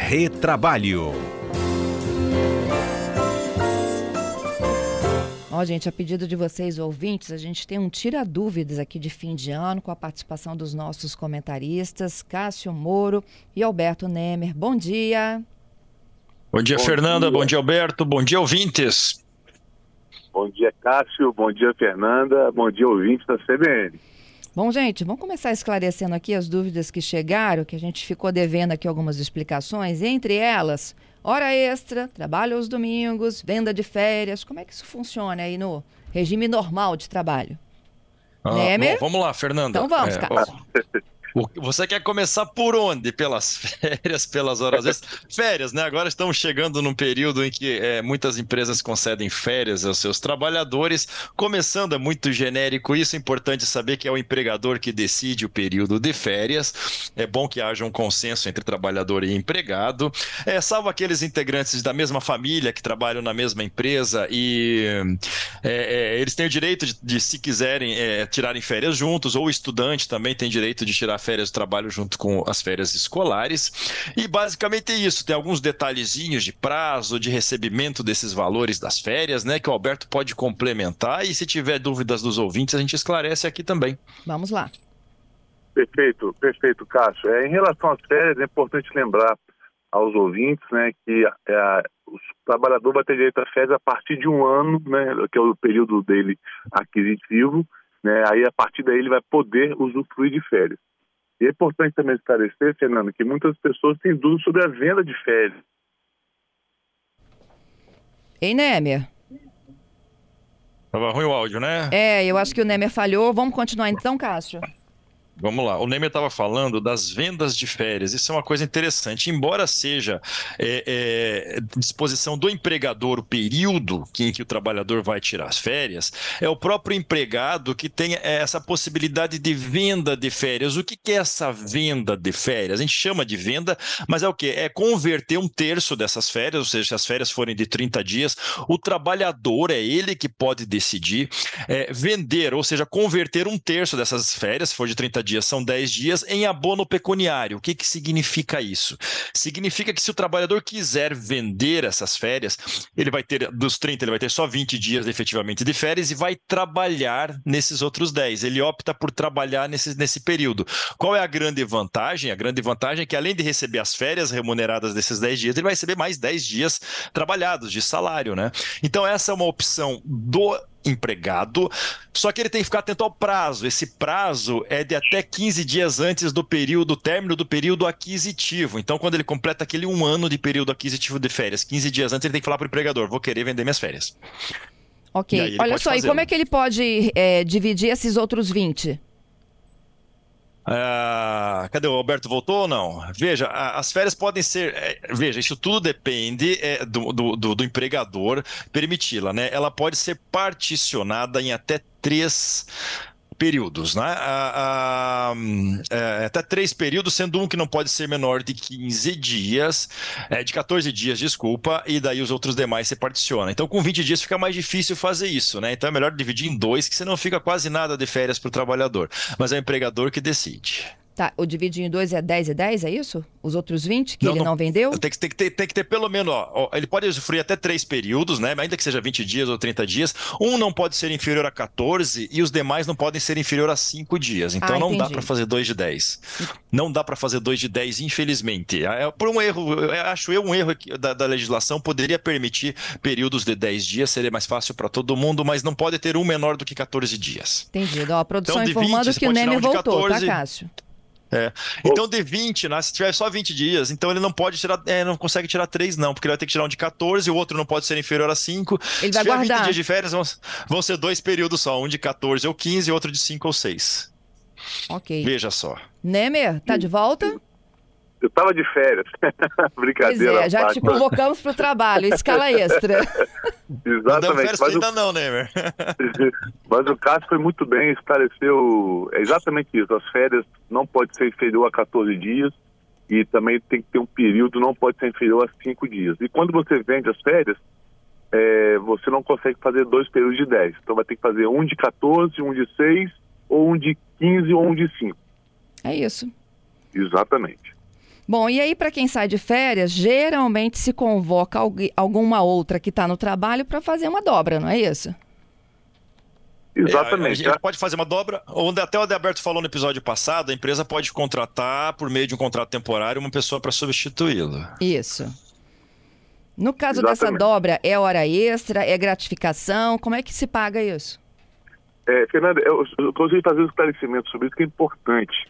Retrabalho. Ó, gente, a pedido de vocês, ouvintes, a gente tem um tira-dúvidas aqui de fim de ano com a participação dos nossos comentaristas, Cássio Moro e Alberto Nemer. Bom dia. Bom dia, Fernanda. Bom dia, Alberto. Bom dia, ouvintes. Bom dia, Cássio. Bom dia, Fernanda. Bom dia, ouvintes da CBN. Bom, gente, vamos começar esclarecendo aqui as dúvidas que chegaram, que a gente ficou devendo aqui algumas explicações, entre elas, hora extra, trabalho aos domingos, venda de férias, como é que isso funciona aí no regime normal de trabalho? Bom, vamos lá, Fernanda. Então vamos, Cássio. Você quer começar por onde? Pelas férias, pelas horas extras? Férias, né? Agora estamos chegando num período em que muitas empresas concedem férias aos seus trabalhadores. Começando, é muito genérico isso, é importante saber que é o empregador que decide o período de férias. É bom que haja um consenso entre trabalhador e empregado. Salvo aqueles integrantes da mesma família que trabalham na mesma empresa e eles têm o direito de se quiserem, tirarem férias juntos, ou o estudante também tem direito de tirar férias de trabalho junto com as férias escolares. E basicamente é isso, tem alguns detalhezinhos de prazo, de recebimento desses valores das férias, né, que o Alberto pode complementar, e se tiver dúvidas dos ouvintes, a gente esclarece aqui também. Vamos lá. Perfeito, Cássio. Em relação às férias, é importante lembrar aos ouvintes, né, que o trabalhador vai ter direito a férias a partir de um ano, né, que é o período dele aquisitivo, né, aí a partir daí ele vai poder usufruir de férias. E é importante também esclarecer, Fernando, que muitas pessoas têm dúvidas sobre a venda de férias. Ei, Nemer. Tava ruim o áudio, né? Eu acho que o Nemer falhou. Vamos continuar então, Cássio? Vamos lá, o Nemer estava falando das vendas de férias, isso é uma coisa interessante, embora seja disposição do empregador o período em que o trabalhador vai tirar as férias, é o próprio empregado que tem essa possibilidade de venda de férias. O que é essa venda de férias? A gente chama de venda, mas é o quê? É converter um terço dessas férias, ou seja, se as férias forem de 30 dias, o trabalhador é ele que pode decidir vender, ou seja, converter um terço dessas férias, se for de 30 dias, são 10 dias, em abono pecuniário. O que significa isso? Significa que se o trabalhador quiser vender essas férias, ele vai ter, dos 30, ele vai ter só 20 dias efetivamente de férias e vai trabalhar nesses outros 10. Ele opta por trabalhar nesse período. Qual é a grande vantagem? A grande vantagem é que, além de receber as férias remuneradas desses 10 dias, ele vai receber mais 10 dias trabalhados de salário, né? Então, essa é uma opção do empregado, só que ele tem que ficar atento ao prazo. Esse prazo é de até 15 dias antes do término do período aquisitivo. Então, quando ele completa aquele 1 ano de período aquisitivo de férias, 15 dias antes, ele tem que falar para o empregador: vou querer vender minhas férias. Ok. Olha só, e como é que ele pode dividir esses outros 20? Cadê o Alberto? Voltou ou não? Veja, as férias podem ser... veja, isso tudo depende do empregador permiti-la, né? Ela pode ser particionada em até 3 períodos, né? Até 3 períodos, sendo um que não pode ser menor de 15 dias, de 14 dias, desculpa, e daí os outros demais se particiona. Então, com 20 dias fica mais difícil fazer isso, né? Então é melhor dividir em 2, que senão fica quase nada de férias para o trabalhador. Mas é o empregador que decide. Tá, o dividir em 2 é 10 e 10, é isso? Os outros 20 que ele não vendeu? Tem que ter pelo menos, ele pode usufruir até 3 períodos, né? Ainda que seja 20 dias ou 30 dias. Um não pode ser inferior a 14 e os demais não podem ser inferior a 5 dias. Então não dá para fazer 2 de 10. Não dá para fazer 2 de 10, infelizmente. Por um erro, um erro da legislação, poderia permitir períodos de 10 dias, seria mais fácil para todo mundo, mas não pode ter um menor do que 14 dias. Entendido. A produção então, informando 20, que o Nemer voltou, 14... tá, Cássio? Então, de 20, né, se tiver só 20 dias, então ele não pode tirar, não consegue tirar 3 não, porque ele vai ter que tirar um de 14, o outro não pode ser inferior a 5. Ele vai guardar. 20 dias de férias, vão ser 2 períodos só, um de 14 ou 15 e outro de 5 ou 6. Ok. Veja só. Nemer, tá de volta? Eu tava de férias. Brincadeira. Pois já te convocamos para o trabalho, escala extra. Exatamente. Mas ainda não, Nemer. Mas o Cássio foi muito bem, esclareceu exatamente isso. As férias não pode ser inferior a 14 dias e também tem que ter um período, não pode ser inferior a 5 dias. E quando você vende as férias, você não consegue fazer 2 períodos de 10. Então vai ter que fazer um de 14, um de 6, ou um de 15 ou um de 5. É isso. Exatamente. Bom, e aí para quem sai de férias, geralmente se convoca alguma outra que está no trabalho para fazer uma dobra, não é isso? Exatamente. A gente pode fazer uma dobra, onde até o Adealberto falou no episódio passado, a empresa pode contratar, por meio de um contrato temporário, uma pessoa para substituí-lo. Isso. No caso Exatamente. dessa dobra, é hora extra, é gratificação? Como é que se paga isso? Fernanda, eu gostaria de fazer um esclarecimento sobre isso que é importante.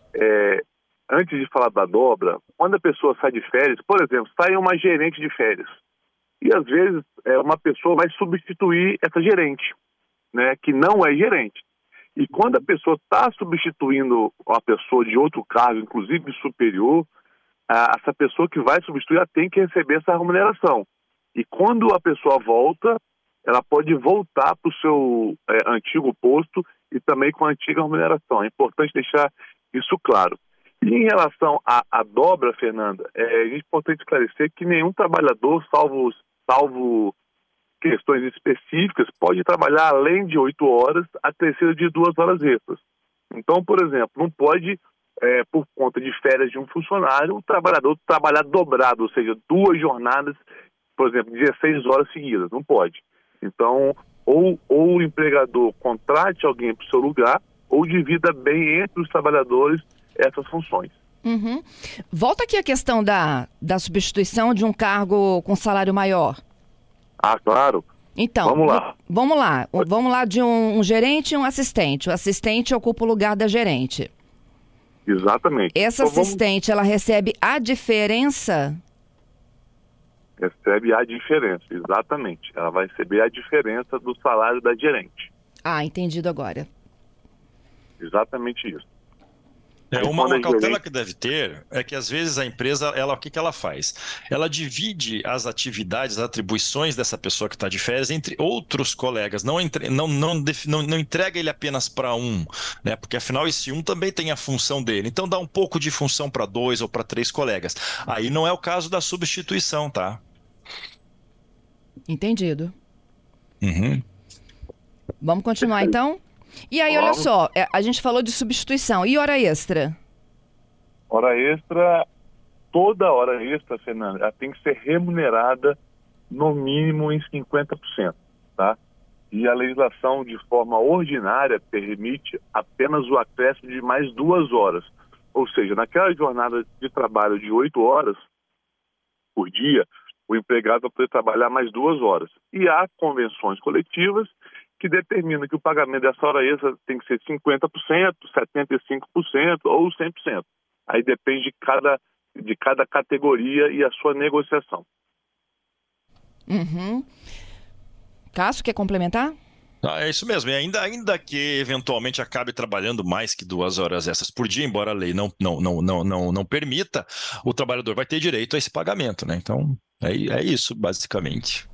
Antes de falar da dobra, quando a pessoa sai de férias, por exemplo, sai uma gerente de férias, e às vezes uma pessoa vai substituir essa gerente, né, que não é gerente. E quando a pessoa está substituindo uma pessoa de outro cargo, inclusive superior, essa pessoa que vai substituir ela tem que receber essa remuneração. E quando a pessoa volta, ela pode voltar para o seu antigo posto e também com a antiga remuneração. É importante deixar isso claro. E em relação à dobra, Fernanda, é importante esclarecer que nenhum trabalhador, salvo questões específicas, pode trabalhar além de 8 horas, a terceira de 2 horas extras. Então, por exemplo, não pode, por conta de férias de um funcionário, o trabalhador trabalhar dobrado, ou seja, 2 jornadas, por exemplo, 16 horas seguidas. Não pode. Então, ou o empregador contrate alguém para o seu lugar, ou divida bem entre os trabalhadores essas funções. Uhum. Volta aqui a questão da substituição de um cargo com salário maior. Claro. Então, vamos lá de um gerente e um assistente. O assistente ocupa o lugar da gerente. Exatamente. Essa assistente, ela recebe a diferença? Recebe a diferença, exatamente. Ela vai receber a diferença do salário da gerente. Entendido agora. Exatamente isso. Uma cautela que deve ter é que às vezes a empresa, o que ela faz? Ela divide as atividades, as atribuições dessa pessoa que está de férias entre outros colegas, não entrega ele apenas para um, né? Porque afinal esse um também tem a função dele. Então dá um pouco de função para 2 ou para 3 colegas. Aí não é o caso da substituição, tá? Entendido. Uhum. Vamos continuar então? E aí, olha só, a gente falou de substituição. E hora extra? Hora extra, toda hora extra, Fernanda, ela tem que ser remunerada no mínimo em 50%, tá? E a legislação, de forma ordinária, permite apenas o acréscimo de mais 2 horas. Ou seja, naquela jornada de trabalho de 8 horas por dia, o empregado vai poder trabalhar mais 2 horas. E há convenções coletivas que determina que o pagamento dessa hora extra tem que ser 50%, 75% ou 100%. Aí depende de cada categoria e a sua negociação. Uhum. Cássio, quer complementar? É isso mesmo, e ainda que eventualmente acabe trabalhando mais que 2 horas extras por dia, embora a lei não permita, o trabalhador vai ter direito a esse pagamento, né? Então, é isso, basicamente.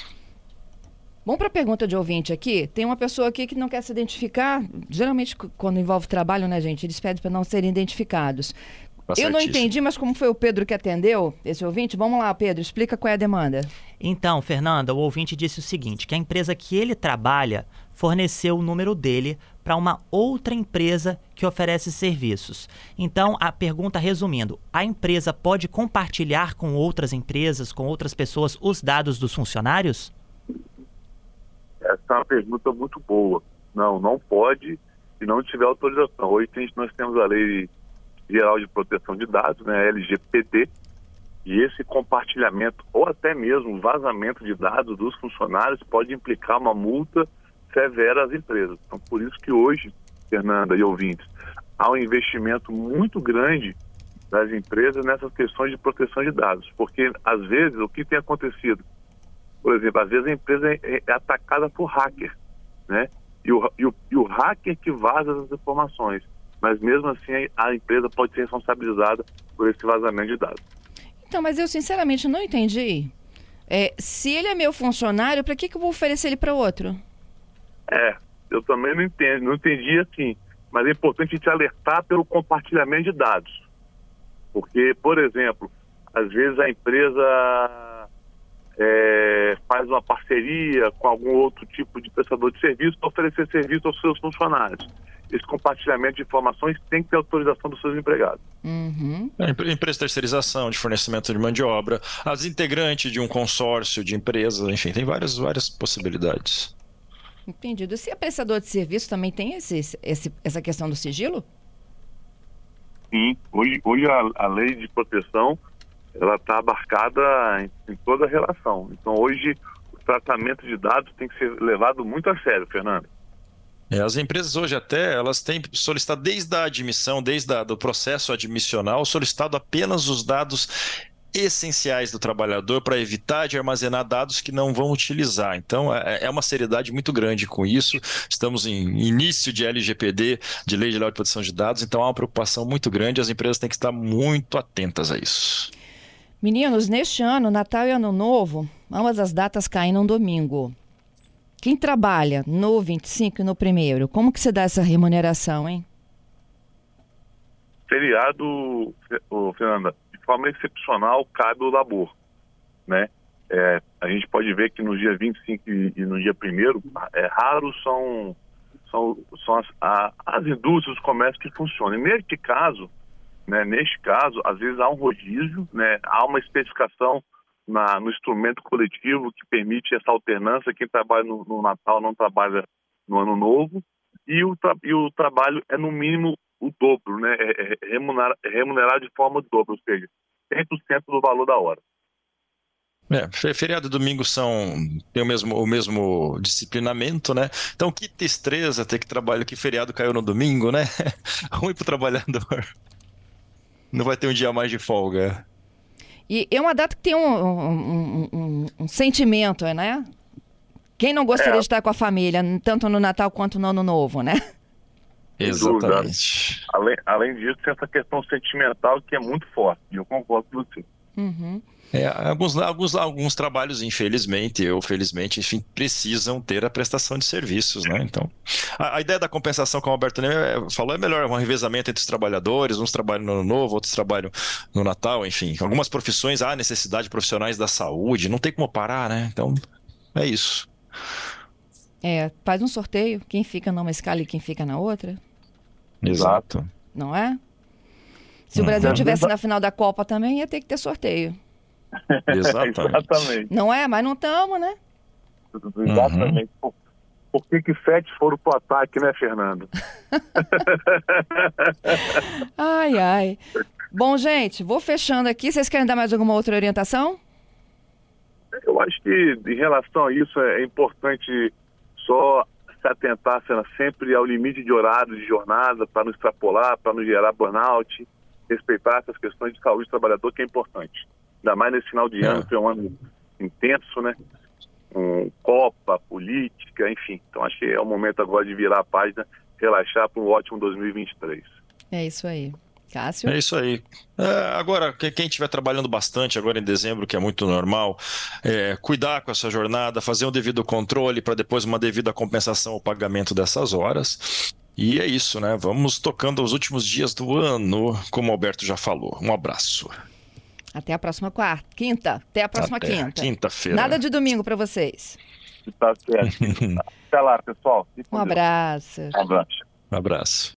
Vamos para a pergunta de ouvinte aqui. Tem uma pessoa aqui que não quer se identificar. Geralmente, quando envolve trabalho, né, gente? Eles pedem para não serem identificados. Eu não entendi, mas como foi o Pedro que atendeu esse ouvinte? Vamos lá, Pedro, explica qual é a demanda. Então, Fernanda, o ouvinte disse o seguinte, que a empresa que ele trabalha forneceu o número dele para uma outra empresa que oferece serviços. Então, a pergunta, resumindo, a empresa pode compartilhar com outras empresas, com outras pessoas, os dados dos funcionários? Essa é uma pergunta muito boa. Não pode se não tiver autorização. Hoje nós temos a Lei Geral de Proteção de Dados, né, LGPD, e esse compartilhamento ou até mesmo vazamento de dados dos funcionários pode implicar uma multa severa às empresas. Então, por isso que hoje, Fernanda e ouvintes, há um investimento muito grande das empresas nessas questões de proteção de dados, porque às vezes o que tem acontecido? Por exemplo, às vezes a empresa é atacada por hacker, né? E o hacker que vaza as informações. Mas mesmo assim a empresa pode ser responsabilizada por esse vazamento de dados. Então, mas eu sinceramente não entendi. Se ele é meu funcionário, para que eu vou oferecer ele para outro? Eu também não entendi assim. Mas é importante te alertar pelo compartilhamento de dados. Porque, por exemplo, às vezes a empresa faz uma parceria com algum outro tipo de prestador de serviço para oferecer serviço aos seus funcionários. Esse compartilhamento de informações tem que ter autorização dos seus empregados. Uhum. Empresa de terceirização, de fornecimento de mão de obra, as integrantes de um consórcio de empresas, enfim, tem várias possibilidades. Entendido. Se é prestador de serviço, também tem essa questão do sigilo? Sim, hoje a lei de proteção ela está abarcada em toda a relação. Então hoje o tratamento de dados tem que ser levado muito a sério, Fernando. As empresas hoje até, elas têm solicitado desde a admissão, do processo admissional, solicitado apenas os dados essenciais do trabalhador para evitar de armazenar dados que não vão utilizar. Então, é uma seriedade muito grande com isso. Estamos em início de LGPD, de Lei Geral de Proteção de Dados, então há uma preocupação muito grande, as empresas têm que estar muito atentas a isso. Meninos, neste ano, Natal e Ano Novo, ambas as datas caem num domingo. Quem trabalha no 25 e no 1º, como que se dá essa remuneração, hein? Feriado, Fernanda, de forma excepcional, cabe o labor, né? A gente pode ver que no dia 25 e no dia 1º, raros são as indústrias, os comércios que funcionam. E neste caso, às vezes há um rodízio, né? Há uma especificação no instrumento coletivo que permite essa alternância. Quem trabalha no Natal não trabalha no Ano Novo, e o trabalho é no mínimo o dobro, né? Remunerado de forma dobro, ou seja, 100% do valor da hora. Feriado e domingo tem o mesmo disciplinamento, né? Então, que tristeza ter que trabalhar, que feriado caiu no domingo, né? Ruim pro trabalhador. Não vai ter um dia a mais de folga. E é uma data que tem um sentimento, né? Quem não gostaria de estar com a família, tanto no Natal quanto no Ano Novo, né? Exatamente. Além disso, tem essa questão sentimental que é muito forte, e eu concordo com você. Uhum. Alguns trabalhos, infelizmente ou felizmente, enfim, precisam ter a prestação de serviços, né? Então, a ideia da compensação, como o Alberto Ney falou, é melhor um revezamento entre os trabalhadores, uns trabalham no Ano Novo, outros trabalham no Natal, enfim. Algumas profissões há necessidade de profissionais da saúde, não tem como parar, né? Então, é isso. Faz um sorteio, quem fica numa escala e quem fica na outra. Exato. Não é? Se o Brasil estivesse na final da Copa também, ia ter que ter sorteio. Exatamente. Não é? Mas não estamos, né? Exatamente. Por que 7 foram pro ataque, né, Fernando? Ai. Bom, gente, vou fechando aqui. Vocês querem dar mais alguma outra orientação? Eu acho que, em relação a isso, é importante só se atentar sempre ao limite de horário de jornada, para não extrapolar, para não gerar burnout, respeitar essas questões de saúde do trabalhador, que é importante. Ainda mais nesse final de ano, que é um ano intenso, né? Copa, política, enfim. Então, acho que é o momento agora de virar a página, relaxar para um ótimo 2023. É isso aí. Cássio? É isso aí. Agora, quem estiver trabalhando bastante agora em dezembro, que é muito normal, cuidar com essa jornada, fazer um devido controle para depois uma devida compensação ao pagamento dessas horas. E é isso, né? Vamos tocando os últimos dias do ano, como o Alberto já falou. Um abraço. Até a próxima quinta. Até a próxima quinta. Quinta-feira. Nada de domingo para vocês. Tá certo. Até lá, pessoal. Um abraço. Um abraço. Um abraço.